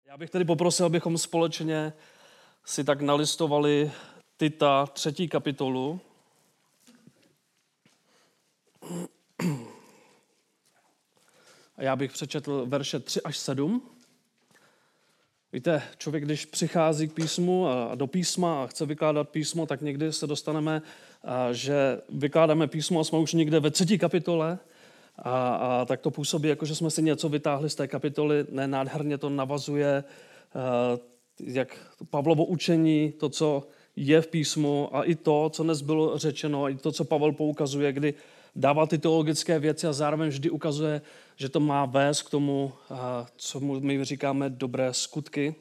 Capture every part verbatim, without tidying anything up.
Já bych tedy poprosil, abychom společně si tak nalistovali Tita třetí kapitolu. A já bych přečetl verše tři až sedm. Víte, člověk, když přichází k písmu a do písma a chce vykládat písmo, tak někdy se dostaneme, že vykládáme písmo a jsme už někde ve třetí kapitole a, a tak to působí, jako že jsme si něco vytáhli z té kapitoly. Ne, nádherně to navazuje, jak Pavlovo učení, to, co je v písmu a i to, co dnes bylo řečeno, a i to, co Pavel poukazuje, kdy dává ty teologické věci a zároveň vždy ukazuje, že to má vést k tomu, co my říkáme dobré skutky.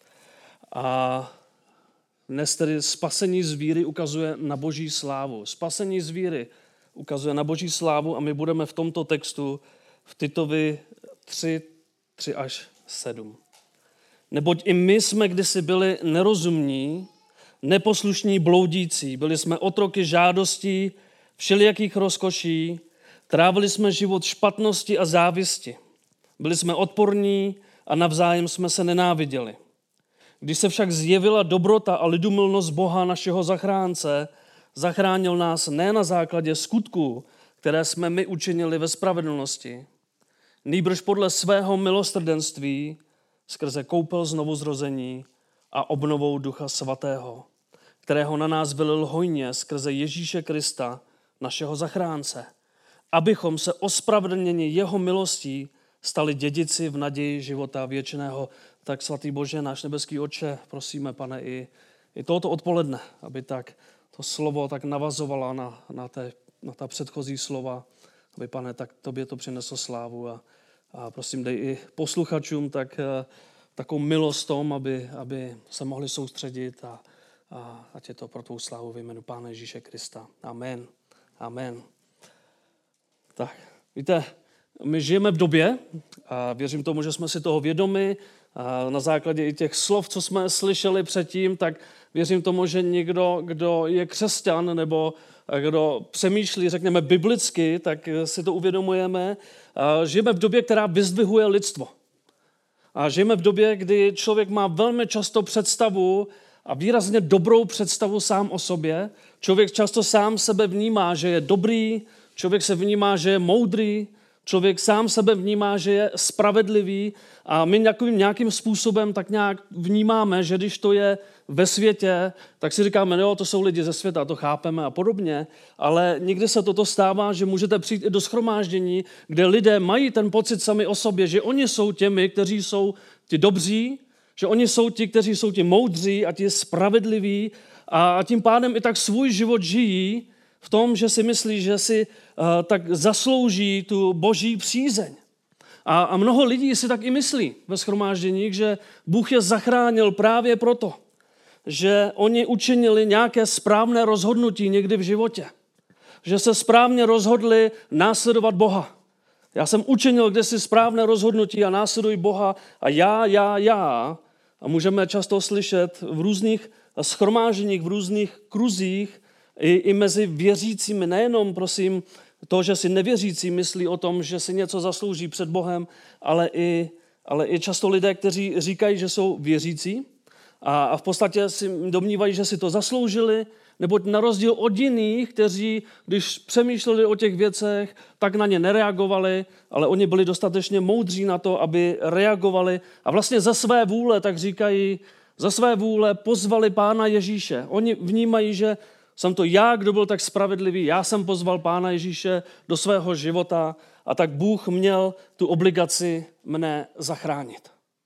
A dnes tedy spasení z víry ukazuje na Boží slávu. Spasení z víry ukazuje na Boží slávu a my budeme v tomto textu v Titovi tři, tři až sedm. Neboť i my jsme kdysi byli nerozumní, neposlušní, bloudící. Byli jsme otroky žádostí, všelijakých rozkoší, trávili jsme život špatnosti a závisti. Byli jsme odporní a navzájem jsme se nenáviděli. Když se však zjevila dobrota a lidumilnost Boha, našeho zachránce, zachránil nás ne na základě skutků, které jsme my učinili ve spravedlnosti, nýbrž podle svého milosrdenství skrze koupel znovuzrození a obnovou Ducha Svatého, kterého na nás vylil hojně skrze Ježíše Krista, našeho zachránce, abychom se ospravedlněni jeho milostí stali dědici v naději života věčného. Tak svatý Bože, náš nebeský Otče, prosíme, Pane, i, i tohoto odpoledne, aby tak to slovo tak navazovala na, na, té, na ta předchozí slova, aby, Pane, tak tobě to přineslo slávu a, a prosím, dej i posluchačům tak, takovou milost tom, aby, aby se mohli soustředit a, a ať je to pro tvou slávu v jménu Pána Ježíše Krista. Amen. Amen. Tak, víte, my žijeme v době, a věřím tomu, že jsme si toho vědomi, a na základě i těch slov, co jsme slyšeli předtím, tak věřím tomu, že někdo, kdo je křesťan nebo kdo přemýšlí, řekněme, biblicky, tak si to uvědomujeme. A žijeme v době, která vyzdvihuje lidstvo. A žijeme v době, kdy člověk má velmi často představu a výrazně dobrou představu sám o sobě. Člověk často sám sebe vnímá, že je dobrý, člověk se vnímá, že je moudrý, člověk sám sebe vnímá, že je spravedlivý a my nějakým, nějakým způsobem tak nějak vnímáme, že když to je ve světě, tak si říkáme, jo, to jsou lidi ze světa, to chápeme a podobně, ale někdy se toto stává, že můžete přijít i do shromáždění, kde lidé mají ten pocit sami o sobě, že oni jsou těmi, kteří jsou ti dobří, že oni jsou ti, kteří jsou ti moudří a ti spravedliví a tím pádem i tak svůj život žijí v tom, že si myslí, že si uh, tak zaslouží tu boží přízeň. A, a mnoho lidí si tak i myslí ve shromážděních, že Bůh je zachránil právě proto, že oni učinili nějaké správné rozhodnutí někdy v životě. Že se správně rozhodli následovat Boha. Já jsem učinil kdysi správné rozhodnutí a následuji Boha a já, já, já. A můžeme často slyšet v různých shromáženích, v různých kruzích i, i mezi věřícími, nejenom, prosím, to, že si nevěřící myslí o tom, že si něco zaslouží před Bohem, ale i, ale i často lidé, kteří říkají, že jsou věřící a, a v podstatě si domnívají, že si to zasloužili, neboť na rozdíl od jiných, kteří, když přemýšleli o těch věcech, tak na ně nereagovali, ale oni byli dostatečně moudří na to, aby reagovali a vlastně za své vůle, tak říkají, za své vůle pozvali Pána Ježíše. Oni vnímají, že jsem to já, kdo byl tak spravedlivý, já jsem pozval Pána Ježíše do svého života a tak Bůh měl tu obligaci mne zachránit.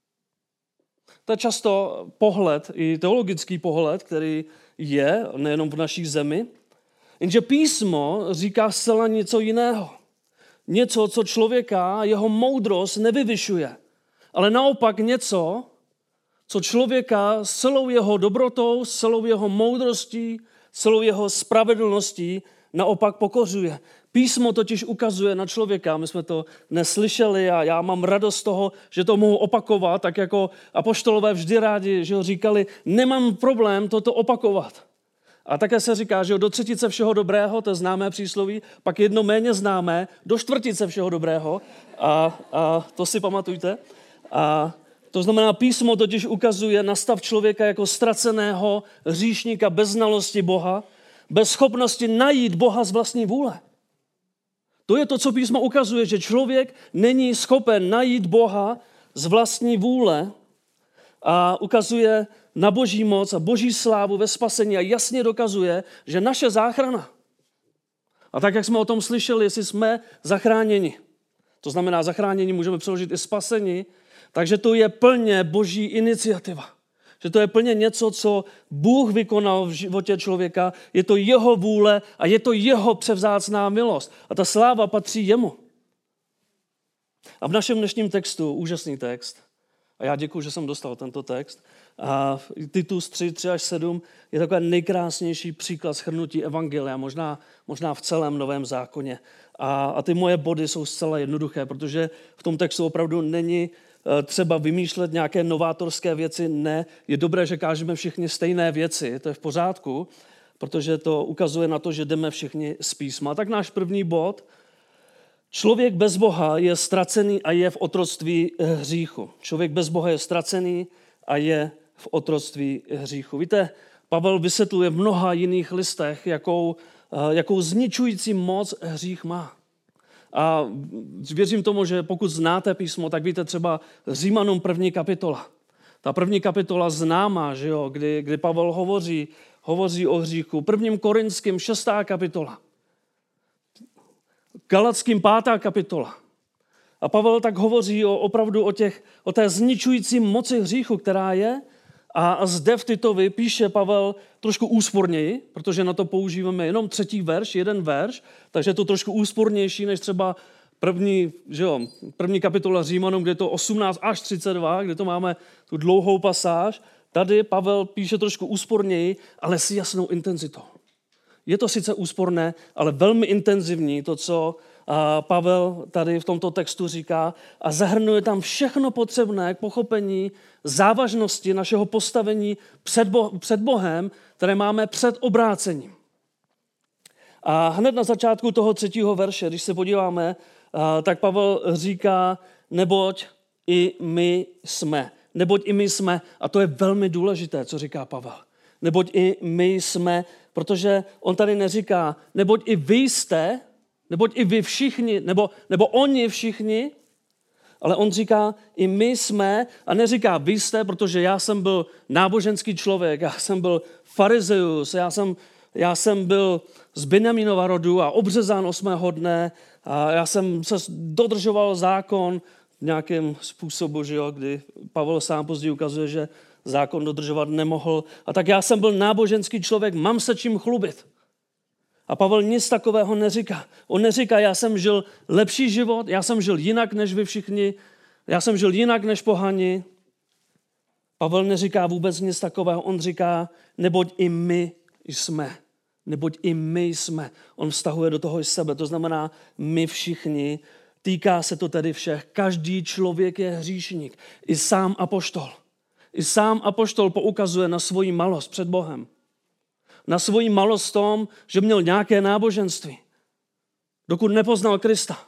To je často pohled, i teologický pohled, který je nejenom v naší zemi, jenže písmo říká zcela něco jiného. Něco, co člověka, jeho moudrost nevyvyšuje, ale naopak něco, co člověka s celou jeho dobrotou, s celou jeho moudrostí, celou jeho spravedlností naopak pokořuje. Písmo totiž ukazuje na člověka, my jsme to neslyšeli a já mám radost z toho, že to mohu opakovat, tak jako apoštolové vždy rádi, že ho říkali, nemám problém toto opakovat. A také se říká, že do třetice všeho dobrého, to je známé přísloví, pak jedno méně známé, do čtvrtice všeho dobrého, a, a to si pamatujte. A To znamená, písmo totiž ukazuje na stav člověka jako ztraceného hříšníka bez znalosti Boha, bez schopnosti najít Boha z vlastní vůle. To je to, co písmo ukazuje, že člověk není schopen najít Boha z vlastní vůle a ukazuje na boží moc a boží slávu ve spasení a jasně dokazuje, že naše záchrana, a tak, jak jsme o tom slyšeli, jestli jsme zachráněni, to znamená zachránění můžeme přeložit i spasení, takže to je plně boží iniciativa. Že to je plně něco, co Bůh vykonal v životě člověka, je to jeho vůle a je to jeho převzácná milost. A ta sláva patří jemu. A v našem dnešním textu, úžasný text, a já děkuji, že jsem dostal tento text, a Titus tři, tři až sedm je takový nejkrásnější příklad shrnutí evangelia, možná, možná v celém Novém zákoně. A, a ty moje body jsou zcela jednoduché, protože v tom textu opravdu není třeba vymýšlet nějaké novátorské věci. Ne, je dobré, že kážeme všichni stejné věci, to je v pořádku, protože to ukazuje na to, že jdeme všichni z písma. Tak náš první bod, člověk bez Boha je ztracený a je v otroctví hříchu. Člověk bez Boha je ztracený a je v otroctví hříchu. Víte, Pavel vysvětluje v mnoha jiných listech, jakou, jakou zničující moc hřích má. A věřím tomu, že pokud znáte písmo, tak víte třeba Římanům první kapitola. Ta první kapitola známá, že jo, kdy, kdy Pavel hovoří, hovoří o hříchu. Prvním Korinským šestá kapitola. Galackým pátá kapitola. A Pavel tak hovoří o, opravdu o, těch, o té zničující moci hříchu, která je. A, a zde v Titovi píše Pavel trošku úsporněji, protože na to používáme jenom třetí verš, jeden verš, takže je to trošku úspornější než třeba první, že jo, první kapitola Římanům, kde je to osmnáct až třicet dva, kde to máme tu dlouhou pasáž. Tady Pavel píše trošku úsporněji, ale s jasnou intenzitou. Je to sice úsporné, ale velmi intenzivní, to, co Pavel tady v tomto textu říká, a zahrnuje tam všechno potřebné k pochopení závažnosti našeho postavení před, Bo- před Bohem, které máme před obrácením. A hned na začátku toho třetího verše, když se podíváme, tak Pavel říká, neboť i my jsme. Neboť i my jsme, a to je velmi důležité, co říká Pavel. Neboť i my jsme, protože on tady neříká, neboť i vy jste, neboť i vy všichni, nebo, nebo oni všichni, ale on říká, i my jsme, a neříká vy jste, protože já jsem byl náboženský člověk, já jsem byl farizeus, já jsem, já jsem byl z Benjaminova rodu a obřezán osmého dne a já jsem se dodržoval zákon v nějakém způsobu, že jo, kdy Pavel sám později ukazuje, že zákon dodržovat nemohl. A tak já jsem byl náboženský člověk, mám se čím chlubit. A Pavel nic takového neříká. On neříká, já jsem žil lepší život, já jsem žil jinak než vy všichni, já jsem žil jinak než pohani. Pavel neříká vůbec nic takového, on říká, neboť i my jsme. Neboť i my jsme. On vztahuje do toho i sebe, to znamená my všichni. Týká se to tedy všech. Každý člověk je hříšník. I sám apoštol. I sám apoštol poukazuje na svoji malost před Bohem. Na svoji malost v tom, že měl nějaké náboženství, dokud nepoznal Krista.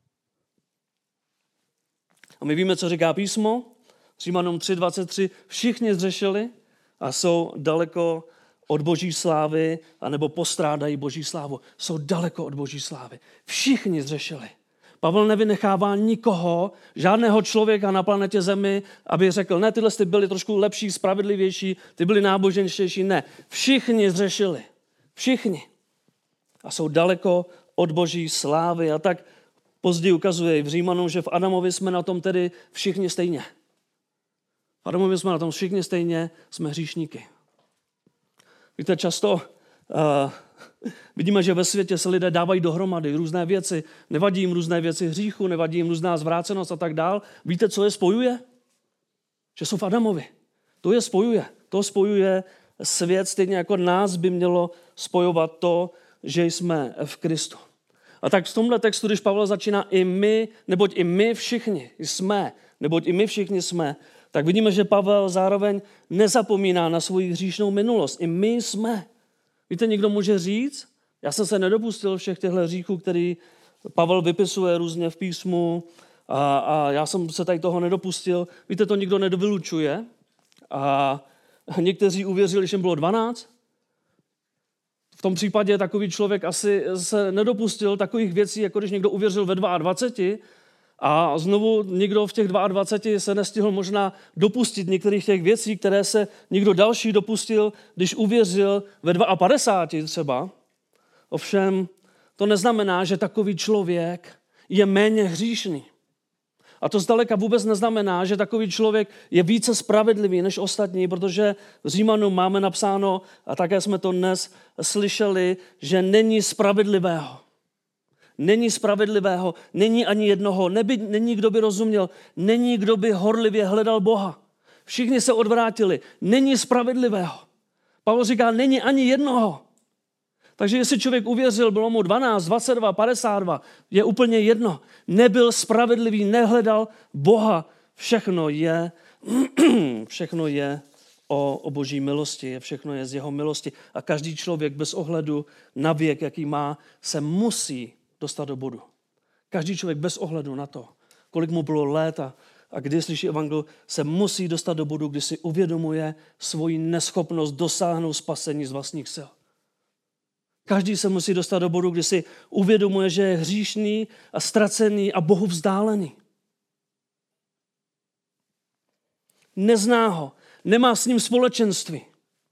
A my víme, co říká písmo. Římanům tři dvacet tři. Všichni zřešili a jsou daleko od boží slávy, anebo postrádají boží slávu. Jsou daleko od boží slávy. Všichni zřešili. Pavel nevynechává nikoho, žádného člověka na planetě Zemi, aby řekl, ne, tyhle ty byli trošku lepší, spravedlivější, ty byli náboženštější. Ne, všichni zřešili. Všichni. A jsou daleko od boží slávy. A tak později ukazuje v Římanům, že v Adamovi jsme na tom tedy všichni stejně. V Adamovi jsme na tom všichni stejně, jsme hříšníky. Víte, často uh, vidíme, že ve světě se lidé dávají dohromady různé věci. Nevadí jim různé věci hříchu, nevadí jim různá zvrácenost a tak dál. Víte, co je spojuje? Že jsou v Adamovi. To je spojuje. To spojuje svět, stejně jako nás by mělo spojovat to, že jsme v Kristu. A tak v tomhle textu, když Pavel začíná i my, neboť i my všichni jsme, neboť i my všichni jsme, tak vidíme, že Pavel zároveň nezapomíná na svoji hříšnou minulost. I my jsme. Víte, někdo může říct, já jsem se nedopustil všech těchto hříchů, který Pavel vypisuje různě v písmu, A, a já jsem se tady toho nedopustil. Víte, to nikdo nedovylučuje. A někteří uvěřili, že jim bylo dvanáct. V tom případě takový člověk asi se nedopustil takových věcí, jako když někdo uvěřil ve dvaceti dvou a znovu někdo v těch dvaceti dvou se nestihl možná dopustit některých těch věcí, které se někdo další dopustil, když uvěřil ve padesáti dvou třeba. Ovšem, to neznamená, že takový člověk je méně hříšný. A to zdaleka vůbec neznamená, že takový člověk je více spravedlivý než ostatní, protože v Římanům máme napsáno, a také jsme to dnes slyšeli, že není spravedlivého. Není spravedlivého, není ani jednoho, neby, není kdo by rozuměl, není kdo by horlivě hledal Boha. Všichni se odvrátili, není spravedlivého. Pavel říká, není ani jednoho. Takže jestli člověk uvěřil, bylo mu dvanáct, dvacet dva, padesát dva, je úplně jedno. Nebyl spravedlivý, nehledal Boha. Všechno je, všechno je o, o Boží milosti, všechno je z jeho milosti. A každý člověk bez ohledu na věk, jaký má, se musí dostat do bodu. Každý člověk bez ohledu na to, kolik mu bylo let a, a kdy slyší evangelium, se musí dostat do bodu, kdy si uvědomuje svoji neschopnost dosáhnout spasení z vlastních sil. Každý se musí dostat do bodu, kdy si uvědomuje, že je hříšný a ztracený a Bohu vzdálený. Nezná ho, nemá s ním společenství.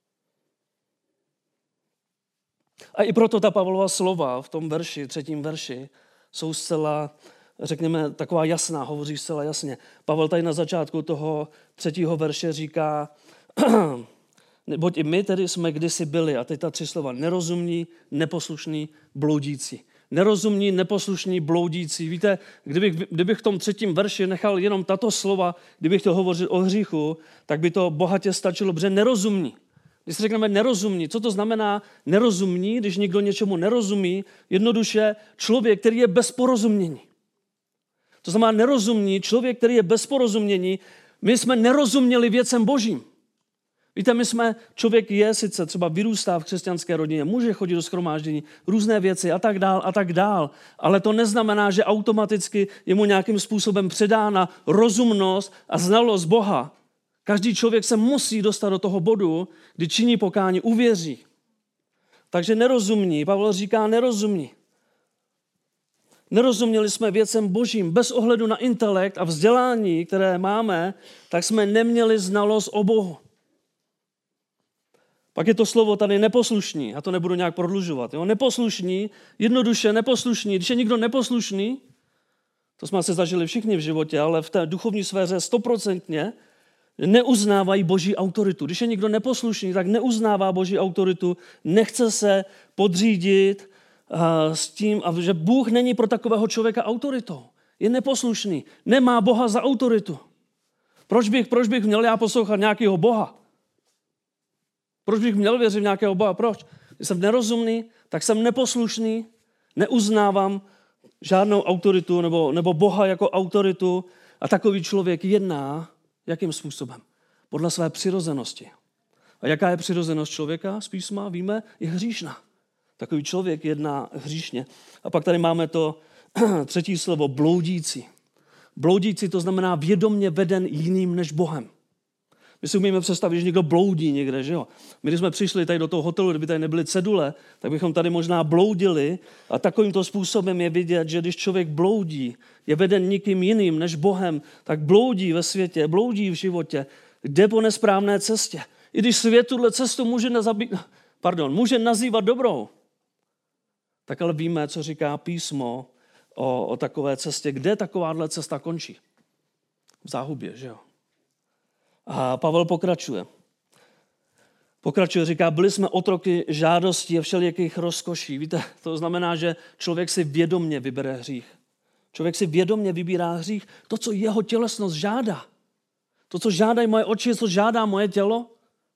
A i proto ta Pavlova slova v tom verši, třetím verši, jsou zcela, řekněme, taková jasná, hovoří zcela jasně. Pavel tady na začátku toho třetího verše říká, neboť i my tedy jsme kdysi byli, a teď ta tři slova, nerozumní, neposlušní, bloudící. Nerozumní, neposlušní, bloudící. Víte, kdybych, kdybych v tom třetím verši nechal jenom tato slova, kdybych to hovořil o hříchu, tak by to bohatě stačilo, protože nerozumní. Když si řekneme nerozumní, co to znamená nerozumní, když někdo něčemu nerozumí? Jednoduše člověk, který je bez porozumění. To znamená nerozumní, člověk, který je bez porozumění. My jsme nerozuměli věcem božím. Víte, my jsme, člověk je sice třeba vyrůstá v křesťanské rodině, může chodit do shromáždění, různé věci a tak dál a tak dál, ale to neznamená, že automaticky je mu nějakým způsobem předána rozumnost a znalost Boha. Každý člověk se musí dostat do toho bodu, kdy činí pokání, uvěří. Takže nerozumní, Pavel říká nerozumní. Nerozuměli jsme věcem božím, bez ohledu na intelekt a vzdělání, které máme, tak jsme neměli znalost o Bohu. Pak je to slovo tady neposlušný, já to nebudu nějak prodlužovat. Jo? Neposlušný, jednoduše neposlušný. Když je někdo neposlušný, to jsme asi zažili všichni v životě, ale v té duchovní sféře stoprocentně neuznávají boží autoritu. Když je někdo neposlušný, tak neuznává boží autoritu, nechce se podřídit uh, s tím, že Bůh není pro takového člověka autoritou. Je neposlušný, nemá Boha za autoritu. Proč bych, proč bych měl já poslouchat nějakého Boha? Proč bych měl věřit v nějakého Boha? Proč? Když jsem nerozumný, tak jsem neposlušný, neuznávám žádnou autoritu nebo, nebo Boha jako autoritu a takový člověk jedná jakým způsobem? Podle své přirozenosti. A jaká je přirozenost člověka z písma? Víme, je hříšná. Takový člověk jedná hříšně. A pak tady máme to třetí slovo, bloudící. Bloudící to znamená vědomně veden jiným než Bohem. My si umíme představit, že někdo bloudí někde, že jo? My, když jsme přišli tady do toho hotelu, kdyby tady nebyly cedule, tak bychom tady možná bloudili a takovýmto způsobem je vidět, že když člověk bloudí, je veden nikým jiným než Bohem, tak bloudí ve světě, bloudí v životě, jde po nesprávné cestě. I když svět tuhle cestu může, nazabí... Pardon, může nazývat dobrou, tak ale víme, co říká písmo o, o takové cestě. Kde takováhle cesta končí? V záhubě, že jo? A Pavel pokračuje. Pokračuje, říká, byli jsme otroky žádostí a všelijakých rozkoší. Víte, to znamená, že člověk si vědomně vybere hřích. Člověk si vědomně vybírá hřích. To, co jeho tělesnost žádá. To, co žádají moje oči, co žádá moje tělo.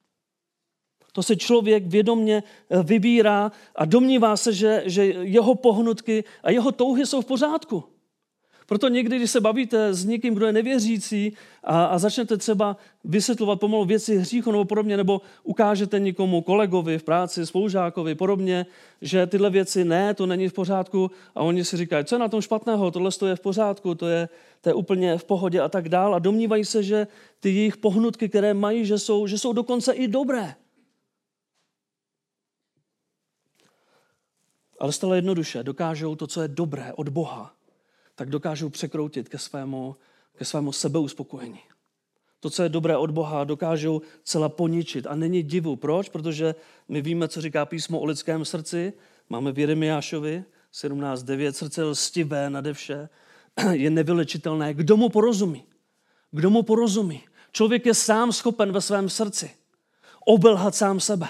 To se člověk vědomně vybírá a domnívá se, že, že jeho pohnutky a jeho touhy jsou v pořádku. Proto někdy, když se bavíte s někým, kdo je nevěřící a, a začnete třeba vysvětlovat pomalu věci hříchu nebo podobně, nebo ukážete někomu kolegovi v práci, spolužákovi podobně, že tyhle věci ne, to není v pořádku a oni si říkají, co je na tom špatného, tohle je v pořádku, to je, to je úplně v pohodě a tak dál a domnívají se, že ty jejich pohnutky, které mají, že jsou, že jsou dokonce i dobré. Ale stále jednoduše dokážou to, co je dobré od Boha, tak dokážou překroutit ke svému, ke svému sebeuspokojení. To, co je dobré od Boha, dokážou celá poničit. A není divu. Proč? Protože my víme, co říká písmo o lidském srdci. Máme v Jeremiášovi sedmnáct devět. Srdce lstivé nade vše je nevylečitelné. Kdo mu porozumí? Kdo mu porozumí? Člověk je sám schopen ve svém srdci obelhat sám sebe.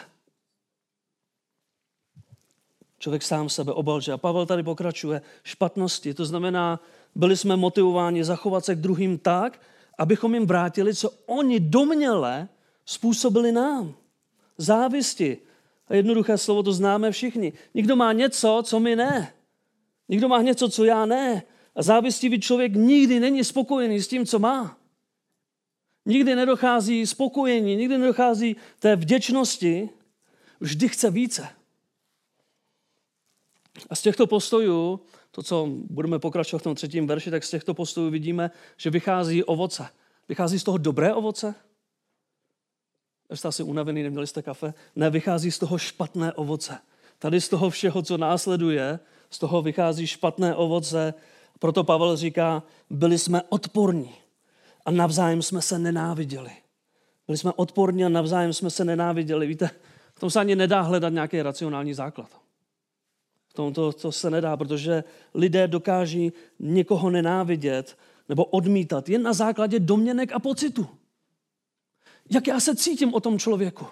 Člověk sám sebe obalže. A Pavel tady pokračuje špatnosti. To znamená, byli jsme motivováni zachovat se k druhým tak, abychom jim vrátili, co oni domněle způsobili nám. Závisti. A jednoduché slovo to známe všichni. Někdo má něco, co my ne. Někdo má něco, co já ne. A závistivý člověk nikdy není spokojený s tím, co má. Nikdy nedochází spokojení, nikdy nedochází té vděčnosti. Vždy chce více. A z těchto postojů, to, co budeme pokračovat v tom třetím verši, tak z těchto postojů vidíme, že vychází ovoce. Vychází z toho dobré ovoce? Jste asi unavený, neměli jste kafe? Ne, vychází z toho špatné ovoce. Tady z toho všeho, co následuje, z toho vychází špatné ovoce. Proto Pavel říká, byli jsme odporní a navzájem jsme se nenáviděli. Byli jsme odporní a navzájem jsme se nenáviděli. Víte, v tom se ani nedá hledat nějaký racionální základ. V tom to, to se nedá, protože lidé dokáží někoho nenávidět nebo odmítat jen na základě domněnek a pocitu. Jak já se cítím o tom člověku?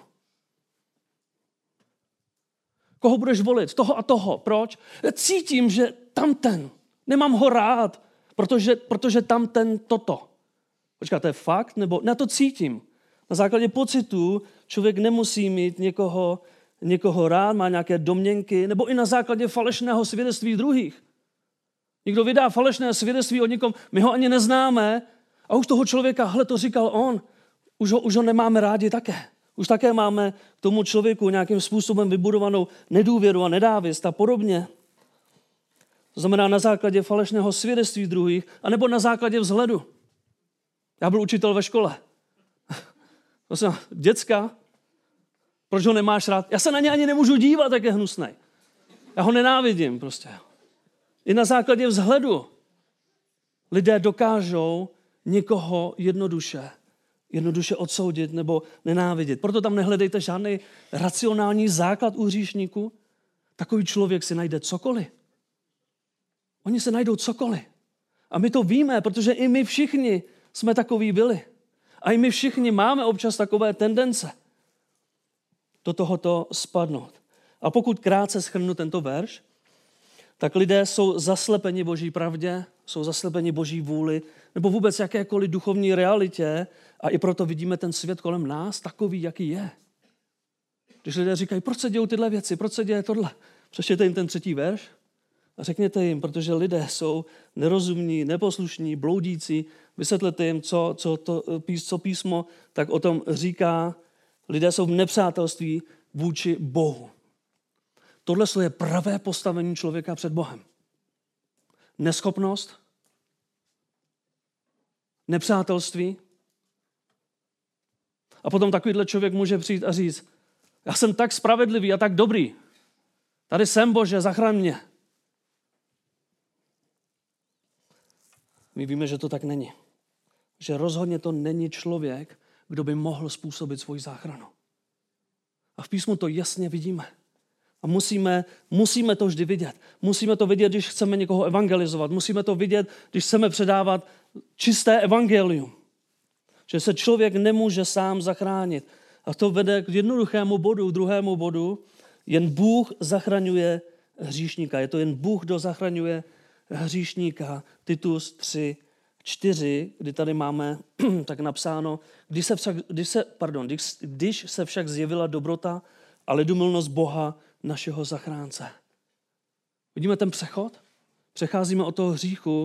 Koho budeš volit? Toho a toho. Proč? Cítím, že tamten. Nemám ho rád, protože, protože tamten toto. Počká, to je fakt? Nebo na to cítím. Na základě pocitu člověk nemusí mít někoho někoho rád, má nějaké domněnky, nebo i na základě falešného svědectví druhých. Někdo vydá falešné svědectví o někom, my ho ani neznáme a už toho člověka, hle, to říkal on, už ho, už ho nemáme rádi také. Už také máme k tomu člověku nějakým způsobem vybudovanou nedůvěru a nedávist a podobně. To znamená na základě falešného svědectví druhých, anebo na základě vzhledu. Já byl učitel ve škole. To jsem děcka, proč ho nemáš rád? Já se na ně ani nemůžu dívat, jak je hnusnej. Já ho nenávidím prostě. I na základě vzhledu lidé dokážou někoho jednoduše, jednoduše odsoudit nebo nenávidět. Proto tam nehledejte žádný racionální základ u hříšníků. Takový člověk si najde cokoliv. Oni se najdou cokoliv. A my to víme, protože i my všichni jsme takový byli. A i my všichni máme občas takové tendence do tohoto spadnout. A pokud krátce shrnu tento verš, tak lidé jsou zaslepeni Boží pravdě, jsou zaslepeni Boží vůli, nebo vůbec jakékoliv duchovní realitě a i proto vidíme ten svět kolem nás takový, jaký je. Když lidé říkají, proč se dějou tyhle věci, proč se děje tohle, přečtěte jim ten třetí verš a řekněte jim, protože lidé jsou nerozumní, neposlušní, bloudící, vysvětlete jim, co, co, to, co písmo tak o tom říká. Lidé jsou v nepřátelství vůči Bohu. Tohle je pravé postavení člověka před Bohem. Neschopnost, nepřátelství. A potom takovýhle člověk může přijít a říct, já jsem tak spravedlivý a tak dobrý. Tady jsem, Bože, zachraň mě. My víme, že to tak není. Že rozhodně to není člověk, kdo by mohl způsobit svoji záchranu. A v písmu to jasně vidíme. A musíme, musíme to vždy vidět. Musíme to vidět, když chceme někoho evangelizovat. Musíme to vidět, když chceme předávat čisté evangelium. Že se člověk nemůže sám zachránit. A to vede k jednoduchému bodu, druhému bodu. Jen Bůh zachraňuje hříšníka. Je to jen Bůh, kdo zachraňuje hříšníka. Titus tři čtyři, kdy tady máme tak napsáno, když se, však, když, se, pardon, když, když se však zjevila dobrota a lidumilnost Boha, našeho zachránce. Vidíme ten přechod? Přecházíme od toho hříchu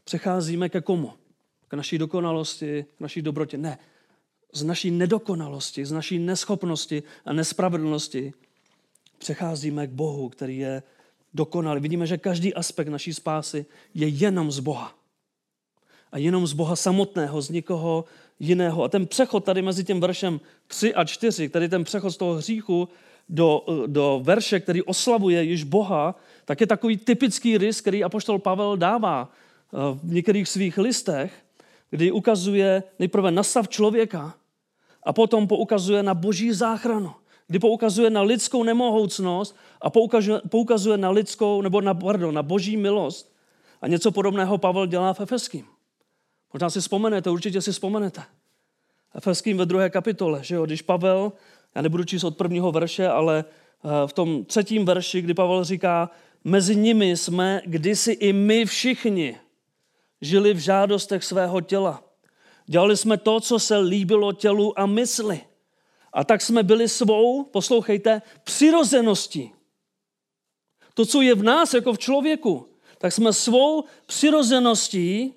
Přecházíme ke komu? K naší dokonalosti, k naší dobrotě? Ne. Z naší nedokonalosti, z naší neschopnosti a nespravedlnosti přecházíme k Bohu, který je dokonalý. Vidíme, že každý aspekt naší spásy je jenom z Boha. A jenom z Boha samotného, z nikoho jiného. A ten přechod tady mezi tím veršem tři a čtyři, tady ten přechod z toho hříchu do, do verše, který oslavuje již Boha, tak je takový typický rys, který apoštol Pavel dává v některých svých listech, kdy ukazuje nejprve na stav člověka a potom poukazuje na boží záchranu, kdy poukazuje na lidskou nemohoucnost a poukazuje, poukazuje na lidskou, nebo na, pardon, na boží milost. A něco podobného Pavel dělá v Efeským. Možná si vzpomenete, určitě si vzpomenete. Efeským ve druhé kapitole, že jo, když Pavel, já nebudu číst od prvního verše, ale v tom třetím verši, kdy Pavel říká, mezi nimi jsme kdysi i my všichni žili v žádostech svého těla. Dělali jsme to, co se líbilo tělu a mysli. A tak jsme byli svou, poslouchejte, přirozeností. To, co je v nás jako v člověku, tak jsme svou přirozeností,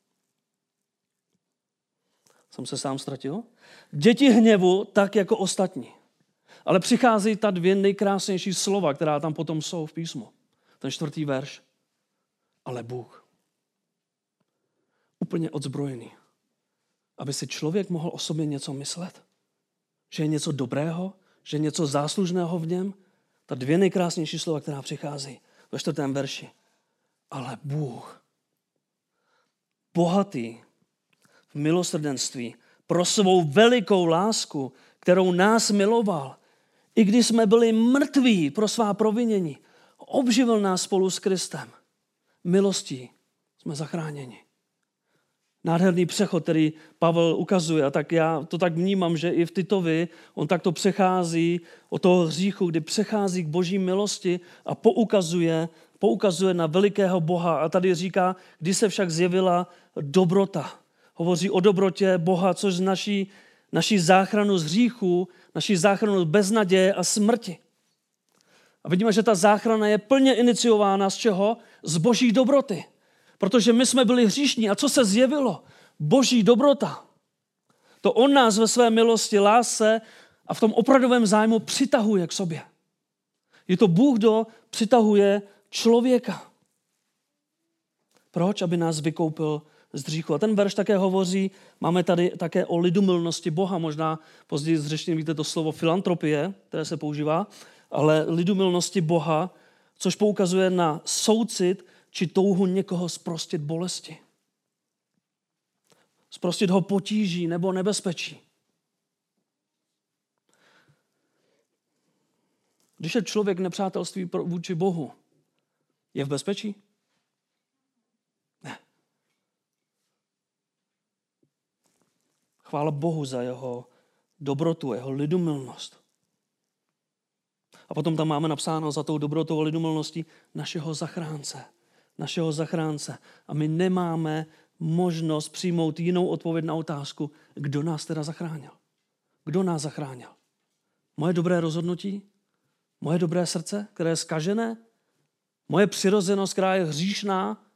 jsem se sám ztratil, děti hněvu tak jako ostatní. Ale přichází ta dvě nejkrásnější slova, která tam potom jsou v písmu. Ten čtvrtý verš. Ale Bůh. Úplně odzbrojený. Aby si člověk mohl o sobě něco myslet. Že je něco dobrého, že je něco záslužného v něm. Ta dvě nejkrásnější slova, která přichází ve čtvrtém verši. Ale Bůh. Bohatý v milosrdenství pro svou velikou lásku, kterou nás miloval, i když jsme byli mrtví pro svá provinění, obživil nás spolu s Kristem. Milostí jsme zachráněni. Nádherný přechod, který Pavel ukazuje, a tak já to tak vnímám, že i v Titovi on takto přechází od toho hříchu, kdy přechází k boží milosti a poukazuje, poukazuje na velikého Boha. A tady říká, kdy se však zjevila dobrota. Hovoří o dobrotě Boha, což naší, naší záchranu z hříchu, naší záchranu z beznaděje a smrti. A vidíme, že ta záchrana je plně iniciována z čeho? Z boží dobroty. Protože my jsme byli hříšní. A co se zjevilo? Boží dobrota. To on nás ve své milosti, lásce a v tom opravdovém zájmu přitahuje k sobě. Je to Bůh, kdo přitahuje člověka. Proč? Aby nás vykoupil z hříchu. A ten verš také hovoří, máme tady také o lidumilnosti Boha. Možná později z řečtiny víte to slovo filantropie, které se používá, ale lidumilnosti Boha, což poukazuje na soucit či touhu někoho zprostit bolesti. Zprostit ho potíží nebo nebezpečí. Když je člověk nepřátelství vůči Bohu, je v bezpečí? Ne. Chvála Bohu za jeho dobrotu, jeho lidumilnost. A potom tam máme napsáno za tou dobrotou a lidumilností našeho zachránce. Našeho zachránce. A my nemáme možnost přijmout jinou odpověď na otázku, kdo nás teda zachránil. Kdo nás zachránil? Moje dobré rozhodnutí? Moje dobré srdce, které je zkažené? Moje přirozenost, která je hříšná?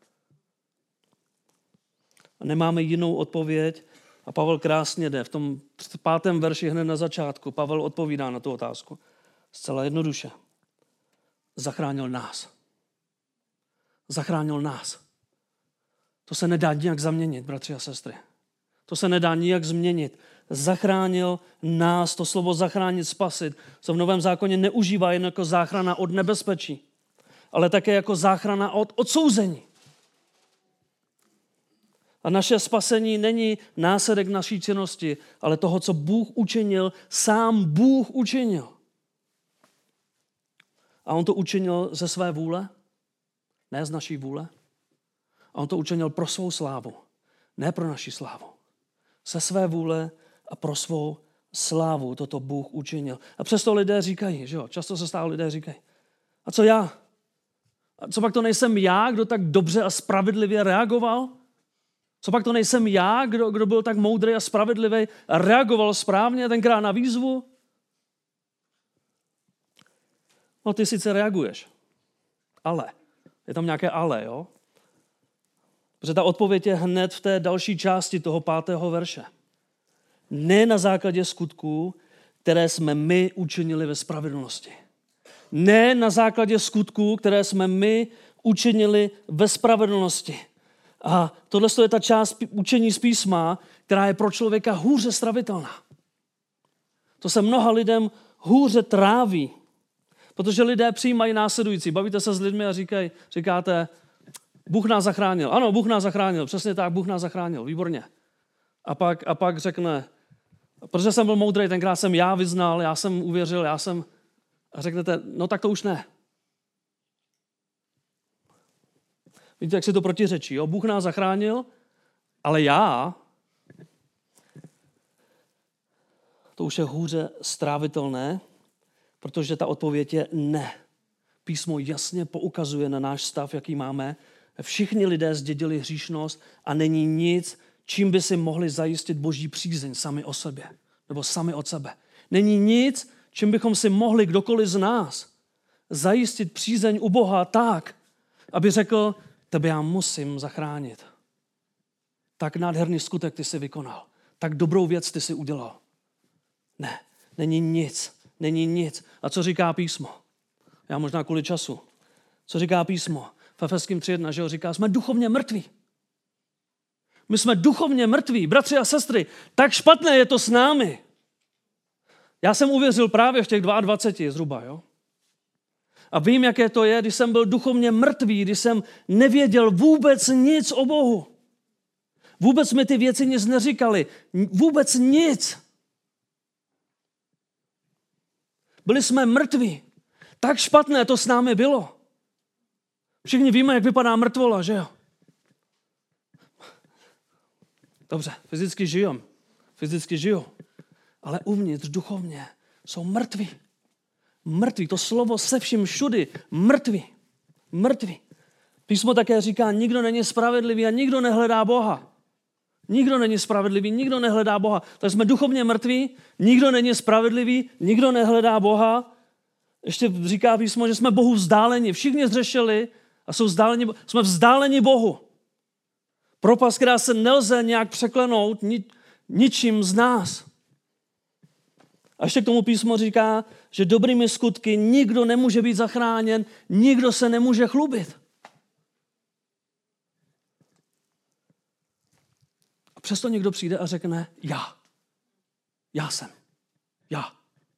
A nemáme jinou odpověď. A Pavel krásně jde. V tom pátém verši hned na začátku Pavel odpovídá na tu otázku. Zcela jednoduše. Zachránil nás. Zachránil nás. To se nedá nijak zaměnit, bratři a sestry. To se nedá nijak změnit. Zachránil nás. To slovo zachránit, spasit se v Novém zákoně neužívá jen jako záchrana od nebezpečí, ale také jako záchrana od odsouzení. A naše spasení není následek naší činnosti, ale toho, co Bůh učinil, sám Bůh učinil. A on to učinil ze své vůle, ne z naší vůle. A on to učinil pro svou slávu, ne pro naši slávu. Ze své vůle a pro svou slávu toto Bůh učinil. A přesto lidé říkají, že jo, často se stále lidé říkají, a co já? A co pak to nejsem já, kdo tak dobře a spravedlivě reagoval? Co pak to nejsem já, kdo, kdo byl tak moudrý a spravedlivý a reagoval správně tenkrát na výzvu? No ty sice reaguješ, ale, je tam nějaké ale, jo? Protože ta odpověď je hned v té další části toho pátého verše. Ne na základě skutků, které jsme my učinili ve spravedlnosti. Ne na základě skutků, které jsme my učinili ve spravedlnosti. A tohle je ta část učení z písma, která je pro člověka hůře stravitelná. To se mnoha lidem hůře tráví, protože lidé přijímají následující. Bavíte se s lidmi a říkají, říkáte, Bůh nás zachránil. Ano, Bůh nás zachránil, přesně tak, Bůh nás zachránil, výborně. A pak, a pak řekne, protože jsem byl moudrý, tenkrát jsem já vyznal, já jsem uvěřil, já jsem... A řeknete, no tak to už ne. Víte, jak si to protiřečí, jo? Bůh nás zachránil, ale já... To už je hůře strávitelné, protože ta odpověď je ne. Písmo jasně poukazuje na náš stav, jaký máme. Všichni lidé zdědili hříšnost a není nic, čím by si mohli zajistit boží přízeň sami o sobě, nebo sami od sebe. Není nic, čím bychom si mohli kdokoliv z nás zajistit přízeň u Boha tak, aby řekl, tebe já musím zachránit. Tak nádherný skutek ty jsi vykonal. Tak dobrou věc ty jsi udělal. Ne, není nic, není nic. A co říká písmo? Já možná kvůli času. Co říká písmo? V Efeským tři jedna, že ho říká, jsme duchovně mrtví. My jsme duchovně mrtví, bratři a sestry. Tak špatné je to s námi. Já jsem uvěřil právě v těch dvaceti dvou zhruba, jo? A vím, jaké to je, když jsem byl duchovně mrtvý, když jsem nevěděl vůbec nic o Bohu. Vůbec mi ty věci nic neříkali. Vůbec nic. Byli jsme mrtví. Tak špatné to s námi bylo. Všichni víme, jak vypadá mrtvola, že jo? Dobře, fyzicky žijeme. Fyzicky žiju. Ale uvnitř duchovně jsou mrtví. Mrtví, to slovo se vším všudy. Mrtví. Mrtví. Písmo také říká, nikdo není spravedlivý a nikdo nehledá Boha. Nikdo není spravedlivý, nikdo nehledá Boha. Takže jsme duchovně mrtví, nikdo není spravedlivý, nikdo nehledá Boha. Ještě říká písmo, že jsme Bohu vzdáleni. Všichni zřešili a jsou vzdáleni, jsme vzdáleni Bohu. Propast, která se nelze nějak překlenout ni, ničím z nás. A ještě k tomu písmo říká, že dobrými skutky nikdo nemůže být zachráněn, nikdo se nemůže chlubit. A přesto někdo přijde a řekne, já. Já jsem. Já.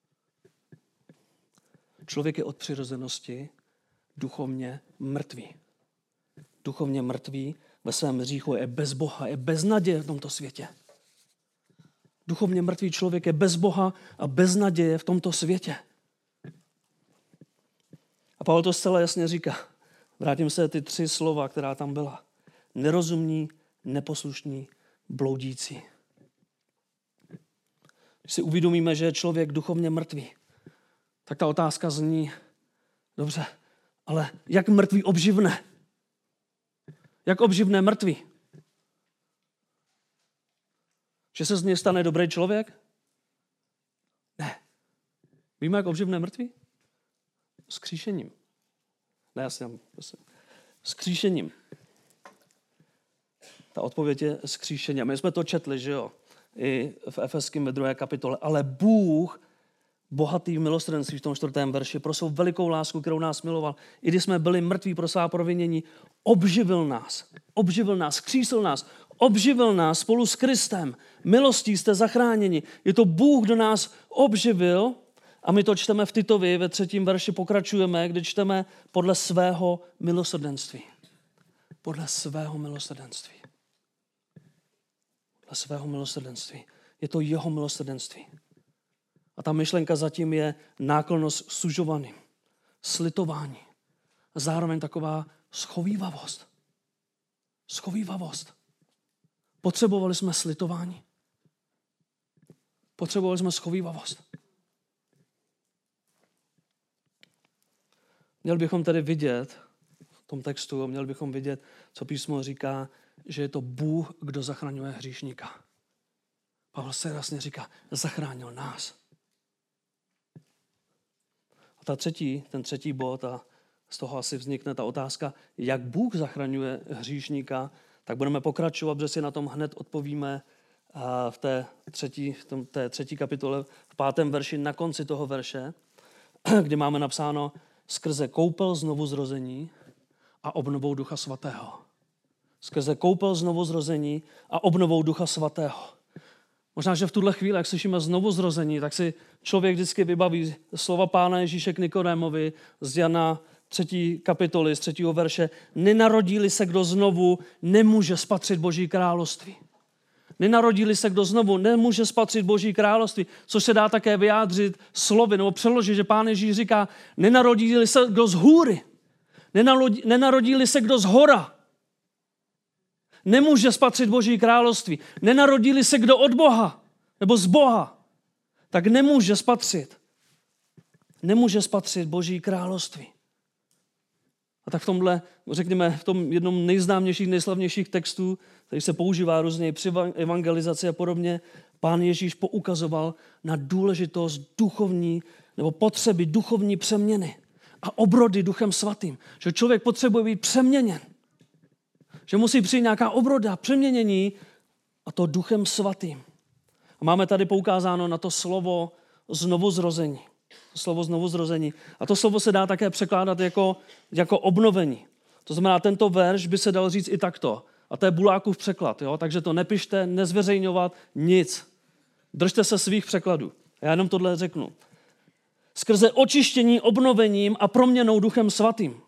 Člověk je od přirozenosti duchovně mrtvý. Duchovně mrtvý ve svém hříchu je bez Boha, je bez naděje v tomto světě. Duchovně mrtvý člověk je bez Boha a bez naděje v tomto světě. A Pavel to zcela jasně říká. Vrátím se ty tři slova, která tam byla. Nerozumní, neposlušní, bloudící. Když si uvědomíme, že je člověk duchovně mrtvý, tak ta otázka zní, dobře, ale jak mrtvý obživne? Jak obživne mrtvý? Že se z něj stane dobrý člověk? Ne. Víme, jak obživne mrtvý? Skříšením. Ne, já si tam, skříšením. Ta odpověď je skříšení. A my jsme to četli, že jo? I v Efeským ve druhé kapitole. Ale Bůh, bohatý v milosrdenství v tom čtvrtém verši, pro svou velikou lásku, kterou nás miloval, i když jsme byli mrtví pro svá provinění, obživil nás. Obživil nás, skřísil nás, obživil nás spolu s Kristem. Milostí jste zachráněni. Je to Bůh, kdo nás obživil a my to čteme v Titovi, ve třetím verši pokračujeme, kdy čteme podle svého milosrdenství. Podle svého milosrdenství. Podle svého milosrdenství. Je to jeho milosrdenství. A ta myšlenka zatím je náklonnost sužovaným, slitování. A zároveň taková schovívavost. Schovívavost. Potřebovali jsme slitování. Potřebovali jsme schovívavost. Měli bychom tedy vidět v tom textu, měli bychom vidět, co písmo říká, že je to Bůh, kdo zachraňuje hříšníka. Pavel se jasně říká, zachránil nás. A ta třetí, ten třetí bod, a z toho asi vznikne ta otázka, jak Bůh zachraňuje hříšníka, tak budeme pokračovat, protože si na tom hned odpovíme v té třetí, v tom, té třetí kapitole, v pátém verši, na konci toho verše, kdy máme napsáno skrze koupel znovuzrození a obnovou Ducha Svatého. Skrze koupel znovuzrození a obnovou Ducha Svatého. Možná, že v tuhle chvíli, jak slyšíme znovuzrození, tak si člověk vždycky vybaví slova Pána Ježíše k Nikodémovi z Jana třetí kapitoly, z třetího verše. Nenarodí-li se kdo znovu, nemůže spatřit Boží království. Nenarodí-li se kdo znovu, nemůže spatřit Boží království, což se dá také vyjádřit slovy, nebo přeložit, že Pán Ježíš říká, nenarodí-li se kdo z hůry, nenarodí-li se kdo z hora, nemůže spatřit Boží království. Nenarodí-li se kdo od Boha, nebo z Boha, tak nemůže spatřit. Nemůže spatřit Boží království. A tak v tomhle, řekněme, v tom jednom nejznámějších, nejslavnějších textů, který se používá různě při evangelizaci a podobně, Pán Ježíš poukazoval na důležitost duchovní nebo potřeby duchovní přeměny a obrody Duchem Svatým. Že člověk potřebuje být přeměněn. Že musí přijít nějaká obroda, přeměnění a to Duchem Svatým. A máme tady poukázáno na to slovo znovuzrození. To slovo znovuzrození. A to slovo se dá také překládat jako, jako obnovení. To znamená, tento verš by se dal říct i takto. A to je Bulákův překlad. Jo? Takže to nepište, nezveřejňovat, nic. Držte se svých překladů. Já jenom tohle řeknu. Skrze očištění, obnovením a proměnou Duchem Svatým.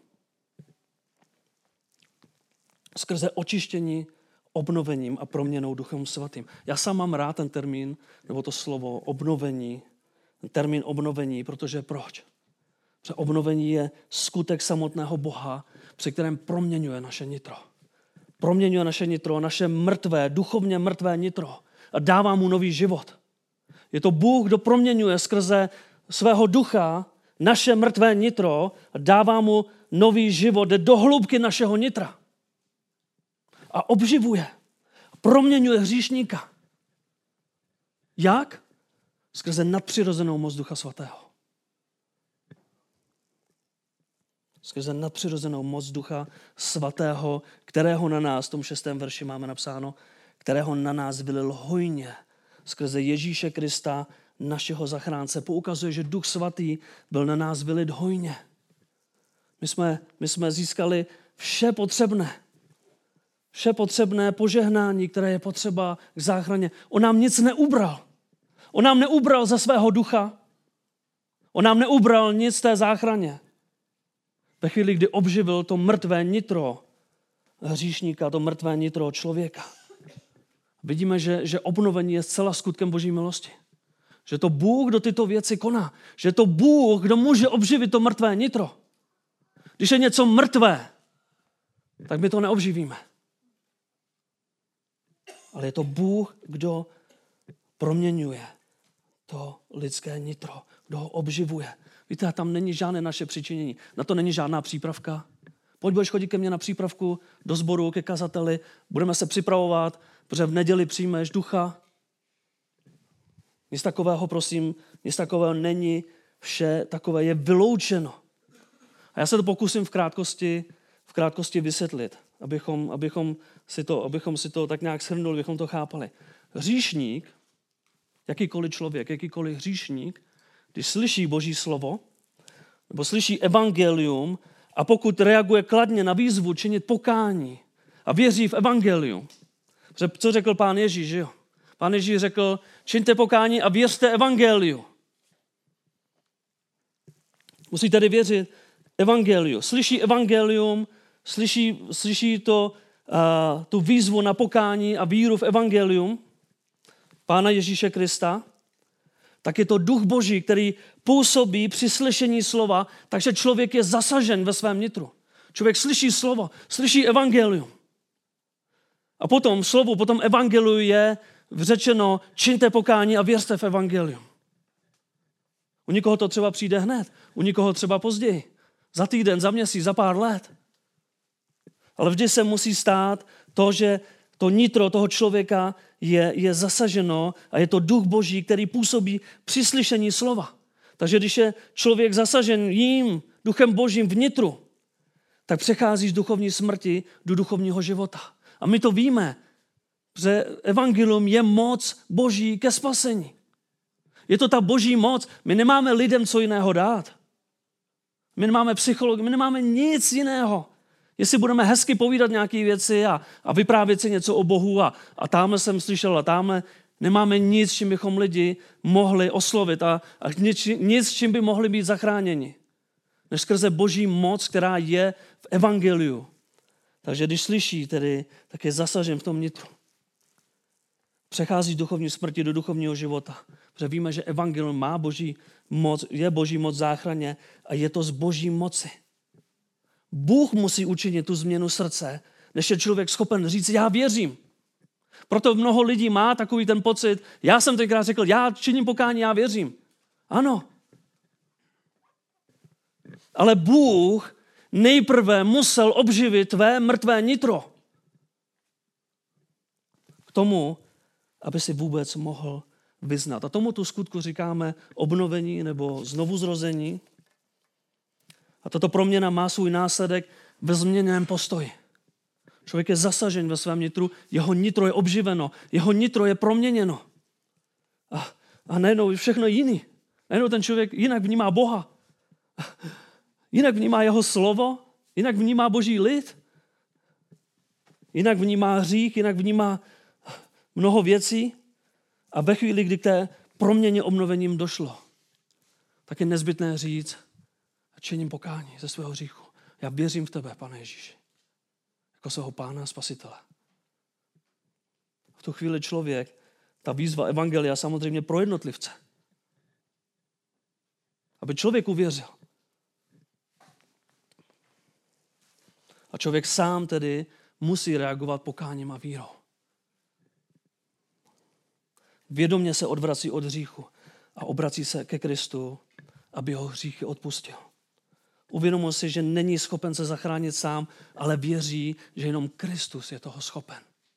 Skrze očištění, obnovením a proměnou Duchem Svatým. Já sám mám rád ten termín, nebo to slovo obnovení, ten termín obnovení, protože proč? Protože obnovení je skutek samotného Boha, při kterém proměňuje naše nitro. Proměňuje naše nitro, naše mrtvé, duchovně mrtvé nitro a dává mu nový život. Je to Bůh, kdo proměňuje skrze svého ducha naše mrtvé nitro a dává mu nový život, jde do hloubky našeho nitra. A obživuje, proměňuje hříšníka. Jak? Skrze nadpřirozenou moc Ducha Svatého. Skrze nadpřirozenou moc Ducha Svatého, kterého na nás, v tom šestém verši máme napsáno, kterého na nás vylil hojně skrze Ježíše Krista, našeho zachránce. Poukazuje, že Duch Svatý byl na nás vylit hojně. My jsme, my jsme získali vše potřebné. Vše potřebné požehnání, které je potřeba k záchraně. On nám nic neubral. On nám neubral ze svého ducha. On nám neubral nic té záchraně. Ve chvíli, kdy obživil to mrtvé nitro hříšníka, to mrtvé nitro člověka. Vidíme, že, že obnovení je zcela skutkem Boží milosti. Že to Bůh, kdo tyto věci koná. Že to Bůh, kdo může obživit to mrtvé nitro. Když je něco mrtvé, tak my to neobživíme. Ale je to Bůh, kdo proměňuje to lidské nitro, kdo ho obživuje. Víte, tam není žádné naše přičinění. Na to není žádná přípravka. Pojď, budeš chodit ke mně na přípravku do sboru, ke kazateli, budeme se připravovat, protože v neděli přijmeš ducha. Nic takového, prosím, nic takového není, vše takové je vyloučeno. A já se to pokusím v krátkosti, v krátkosti vysvětlit, abychom, abychom, si to, abychom si to tak nějak shrnuli, abychom to chápali. Hříšník, jakýkoliv člověk, jakýkoliv hříšník, když slyší Boží slovo, nebo slyší evangelium a pokud reaguje kladně na výzvu činit pokání a věří v evangelium, co řekl Pán Ježíš, že jo? Pán Ježíš řekl, čiňte pokání a věřte evangeliu. Musí tedy věřit evangeliu. Slyší evangelium, slyší, slyší to, uh, tu výzvu na pokání a víru v evangelium Pána Ježíše Krista, tak je to Duch Boží, který působí při slyšení slova, takže člověk je zasažen ve svém nitru. Člověk slyší slovo, slyší evangelium. A potom v slovu, potom evangeliu je řečeno, čiňte pokání a věřte v evangelium. U někoho to třeba přijde hned, u někoho třeba později, za týden, za měsíc, za pár let. Ale vždy se musí stát to, že to nitro toho člověka je, je zasaženo a je to Duch Boží, který působí při slyšení slova. Takže když je člověk zasažen jím, Duchem Božím v nitru, tak přechází z duchovní smrti do duchovního života. A my to víme, že evangelium je moc Boží ke spasení. Je to ta Boží moc. My nemáme lidem co jiného dát. My nemáme psychologii, my nemáme nic jiného. Jestli budeme hezky povídat nějaké věci a, a vyprávět si něco o Bohu a, a tamhle jsem slyšel a tamhle, nemáme nic, čím bychom lidi mohli oslovit a, a nic, nic, čím by mohli být zachráněni. Než skrze Boží moc, která je v evangeliu. Takže když slyší tedy, tak je zasažen v tom nitru. Přechází z duchovní smrti do duchovního života. Protože víme, že evangelium má Boží moc, je Boží moc záchraně a je to z Boží moci. Bůh musí učinit tu změnu srdce, než je člověk schopen říct, já věřím. Proto mnoho lidí má takový ten pocit, já jsem tenkrát řekl, já činím pokání, já věřím. Ano. Ale Bůh nejprve musel obživit tvé mrtvé nitro. K tomu, aby si vůbec mohl vyznat. A tomu tu skutku říkáme obnovení nebo znovuzrození. A tato proměna má svůj následek ve změněném postoji. Člověk je zasažen ve svém nitru, jeho nitro je obživeno, jeho nitro je proměněno. A, a najednou je všechno jiný. Najednou ten člověk jinak vnímá Boha. Jinak vnímá jeho slovo, jinak vnímá Boží lid, jinak vnímá hřích, jinak vnímá mnoho věcí. A ve chvíli, kdy k té proměně obnovením došlo, tak je nezbytné říct a činím pokání ze svého hříchu. Já věřím v tebe, Pane Ježíši, jako svého Pána a Spasitele. V tu chvíli člověk, ta výzva evangelia samozřejmě pro jednotlivce, aby člověk uvěřil. A člověk sám tedy musí reagovat pokáním a vírou. Vědomě se odvrací od hříchu a obrací se ke Kristu, aby ho hříchy odpustil. Uvědomuje si, že není schopen se zachránit sám, ale věří, že jenom Kristus je toho schopen.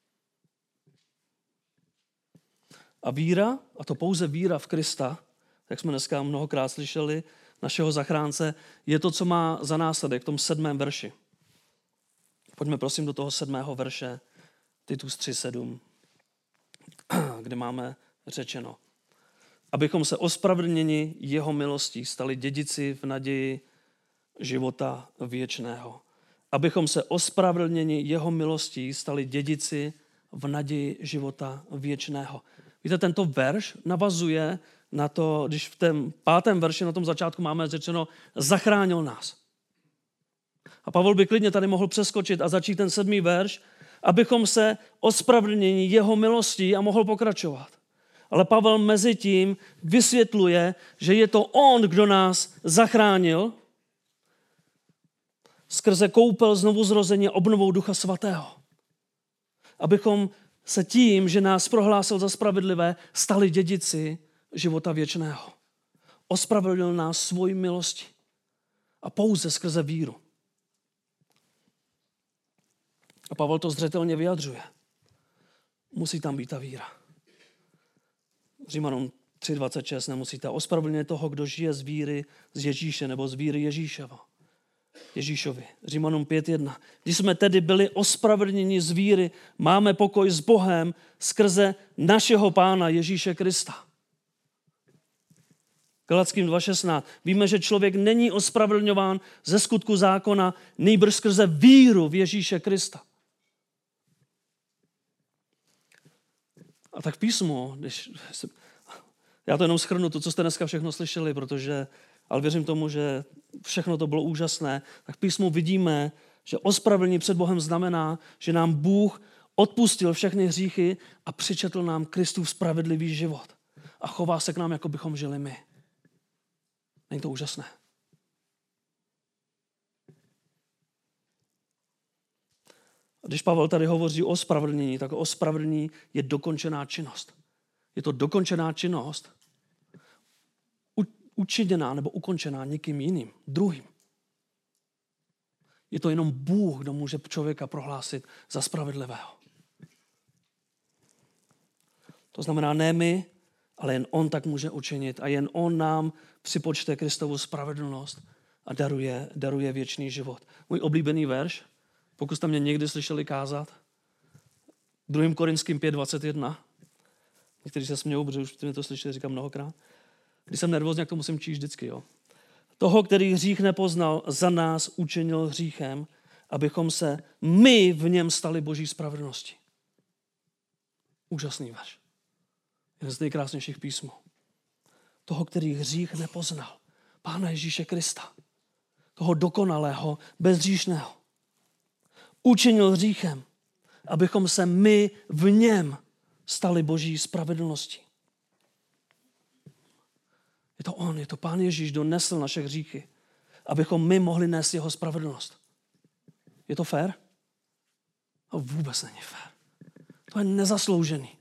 A víra, a to pouze víra v Krista, jak jsme dneska mnohokrát slyšeli, našeho zachránce, je to, co má za následek v tom sedmém verši. Pojďme prosím do toho sedmého verše, Titus tři sedm, kde máme řečeno, abychom se ospravedlněni jeho milostí stali dědici v naději života věčného. Abychom se ospravedlněni jeho milostí stali dědici v naději života věčného. Víte, tento verš navazuje na to, když v tom pátém verši na tom začátku máme řečeno, zachránil nás. A Pavel by klidně tady mohl přeskočit a začít ten sedmý verš, abychom se ospravedlněni jeho milostí a mohl pokračovat. Ale Pavel mezi tím vysvětluje, že je to on, kdo nás zachránil skrze koupel znovuzrození obnovou Ducha Svatého. Abychom se tím, že nás prohlásil za spravedlivé, stali dědici života věčného. Ospravedlnil nás svojí milostí a pouze skrze víru. A Pavel to zřetelně vyjadřuje. Musí tam být ta víra. Římanům tři dvacet šest nemusíte ospravedlnit toho, kdo žije z víry z Ježíše nebo z víry Ježíšova. Ježíšovi. Římanům pět jedna. Když jsme tedy byli ospravedlněni z víry, máme pokoj s Bohem skrze našeho Pána Ježíše Krista. Galackým dva šestnáct. Víme, že člověk není ospravedlňován ze skutku zákona, nýbrž skrze víru v Ježíše Krista. A tak v písmu, když se, já to jenom shrnu, to, co jste dneska všechno slyšeli, protože, ale věřím tomu, že všechno to bylo úžasné, tak v písmu vidíme, že ospravedlnění před Bohem znamená, že nám Bůh odpustil všechny hříchy a přičetl nám Kristův spravedlivý život. A chová se k nám, jako bychom žili my. Není to úžasné? A když Pavel tady hovoří o ospravedlnění, tak ospravedlnění je dokončená činnost. Je to dokončená činnost, učiněná nebo ukončená někým jiným, druhým. Je to jenom Bůh, kdo může člověka prohlásit za spravedlivého. To znamená ne my, ale jen on tak může učinit a jen on nám připočte Kristovu spravedlnost a daruje, daruje věčný život. Můj oblíbený verš, pokud jste mě někdy slyšeli kázat, druhým Korinským pět dvacet jedna. Někteří se smějou, protože už mi to slyšeli, říkám mnohokrát. Když jsem nervózní, jak to musím číst vždycky. Jo? Toho, který hřích nepoznal, za nás učinil hříchem, abychom se my v něm stali Boží spravedlností. Úžasný verš. Jeden z nejkrásnějších písmů. Toho, který hřích nepoznal. Pána Ježíše Krista. Toho dokonalého, bezhříšného. Učinil hříchem, abychom se my v něm stali Boží spravedlností. Je to on, je to Pán Ježíš, kdo nesl naše hříchy, abychom my mohli nést jeho spravedlnost. Je to fér? To vůbec není fér. To je nezasloužený.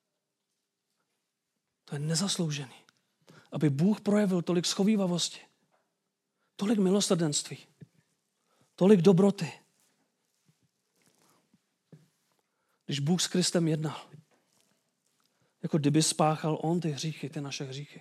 To je nezasloužený. Aby Bůh projevil tolik schovívavosti, tolik milosrdenství, tolik dobroty. Když Bůh s Kristem jednal, jako kdyby spáchal on ty hříchy, ty naše hříchy.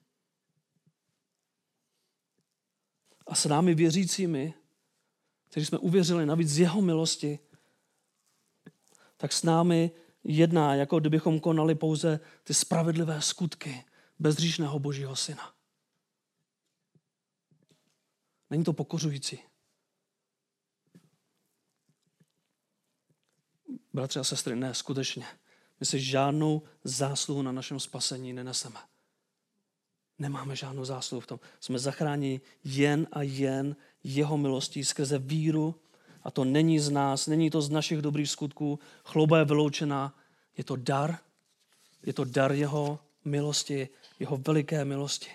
A s námi věřícími, kteří jsme uvěřili navíc z jeho milosti, tak s námi jedná, jako kdybychom konali pouze ty spravedlivé skutky bezhříšného Božího syna. Není to pokořující. Bratři a sestry, ne, skutečně. My si žádnou zásluhu na našem spasení neneseme. Nemáme žádnou zásluhu v tom. Jsme zachráněni jen a jen jeho milostí skrze víru. A to není z nás, není to z našich dobrých skutků. Chlouba je vyloučená. Je to dar. Je to dar jeho milosti, jeho veliké milosti.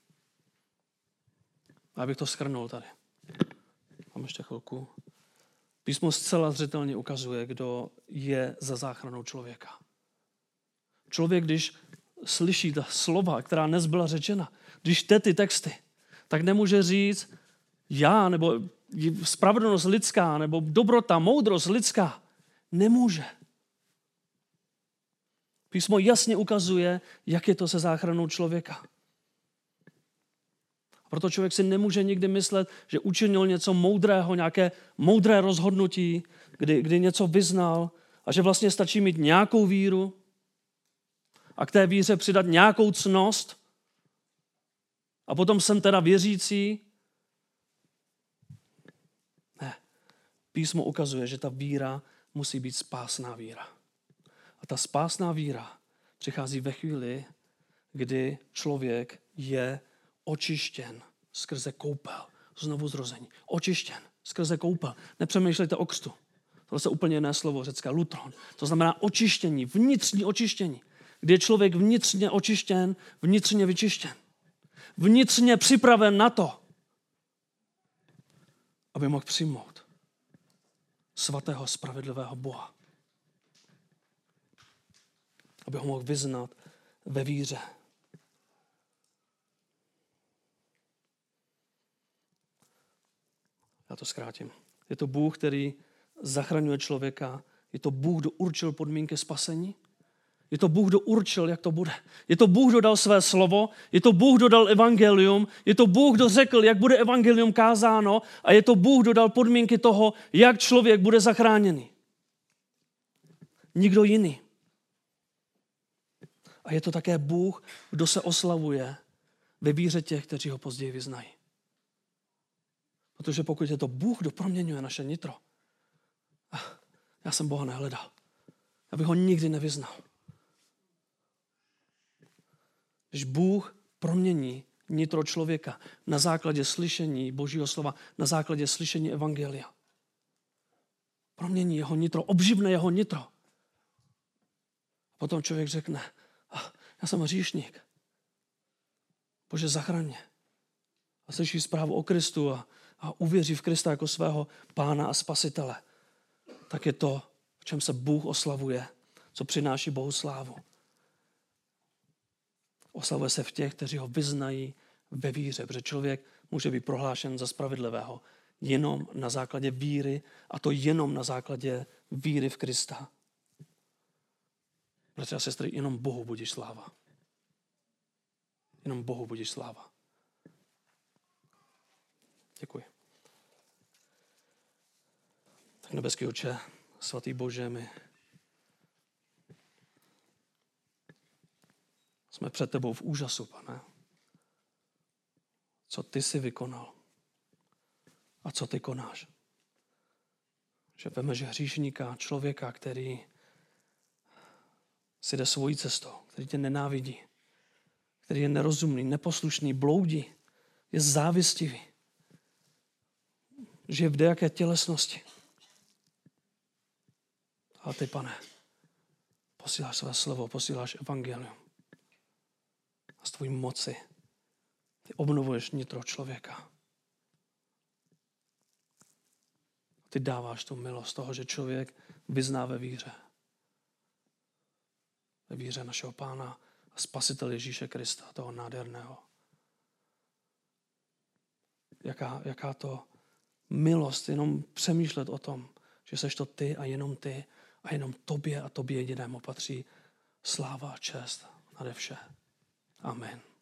A abych to shrnul tady. Mám ještě chvilku. Písmo zcela zřetelně ukazuje, kdo je za záchranou člověka. Člověk, když slyší ta slova, která dnes byla řečena, když čte ty texty, tak nemůže říct já, nebo spravedlnost lidská, nebo dobrota, moudrost lidská. Nemůže. Písmo jasně ukazuje, jak je to se záchranou člověka. A proto člověk si nemůže nikdy myslet, že učinil něco moudrého, nějaké moudré rozhodnutí, kdy, kdy něco vyznal a že vlastně stačí mít nějakou víru a k té víře přidat nějakou ctnost a potom jsem teda věřící. Ne. Písmo ukazuje, že ta víra musí být spásná víra. A ta spásná víra přichází ve chvíli, kdy člověk je očištěn skrze koupel, znovu zrození. Očištěn skrze koupel. Nepřemýšlejte o křtu. Tohle je úplně jiné slovo řecké, lutron. To znamená očištění, vnitřní očištění, kdy je člověk vnitřně očištěn, vnitřně vyčištěn. Vnitřně připraven na to, aby mohl přijmout svatého, spravedlivého Boha. Aby ho mohl vyznat ve víře. Já to zkrátím. Je to Bůh, který zachraňuje člověka. Je to Bůh, kdo určil podmínky spasení. Je to Bůh, kdo určil, jak to bude. Je to Bůh, kdo dal své slovo. Je to Bůh, kdo dal evangelium. Je to Bůh, kdo řekl, jak bude evangelium kázáno. A je to Bůh, kdo dal podmínky toho, jak člověk bude zachráněný. Nikdo jiný. A je to také Bůh, kdo se oslavuje ve víře těch, kteří ho později vyznají. Protože pokud je to Bůh, kdo proměňuje naše nitro, já jsem Boha nehledal. Já bych ho nikdy nevyznal. Když Bůh promění nitro člověka na základě slyšení Božího slova, na základě slyšení evangelia, promění jeho nitro, obživne jeho nitro. Potom člověk řekne, já jsem hříšník. Bože, zachraň mě. A slyší zprávu o Kristu a, a uvěří v Krista jako svého Pána a Spasitele. Tak je to, v čem se Bůh oslavuje, co přináší Bohu slávu. Oslavuje se v těch, kteří ho vyznají ve víře, protože člověk může být prohlášen za spravedlivého jenom na základě víry, a to jenom na základě víry v Krista. Bratři a sestry, jenom Bohu budíš sláva. Jenom Bohu budíš sláva. Děkuji. Tak nebeský Otče, svatý Bože, my Jsme před tebou v úžasu, Pane. Co ty jsi vykonal a co ty konáš. Že vemeš hříšníka, člověka, který si jde svojí cestou, který tě nenávidí, který je nerozumný, neposlušný, bloudí, je závistivý, žije v dejaké tělesnosti. Ale ty, Pane, posíláš své slovo, posíláš evangelium. A z tvojí moci ty obnovuješ nitro člověka. Ty dáváš tu milost toho, že člověk vyzná ve víře. Ve víře našeho Pána a Spasitele Ježíše Krista, toho nádherného. Jaká, jaká to milost, jenom přemýšlet o tom, že seš to ty a jenom ty a jenom tobě a tobě jedinému patří sláva a čest nade vše. Amen.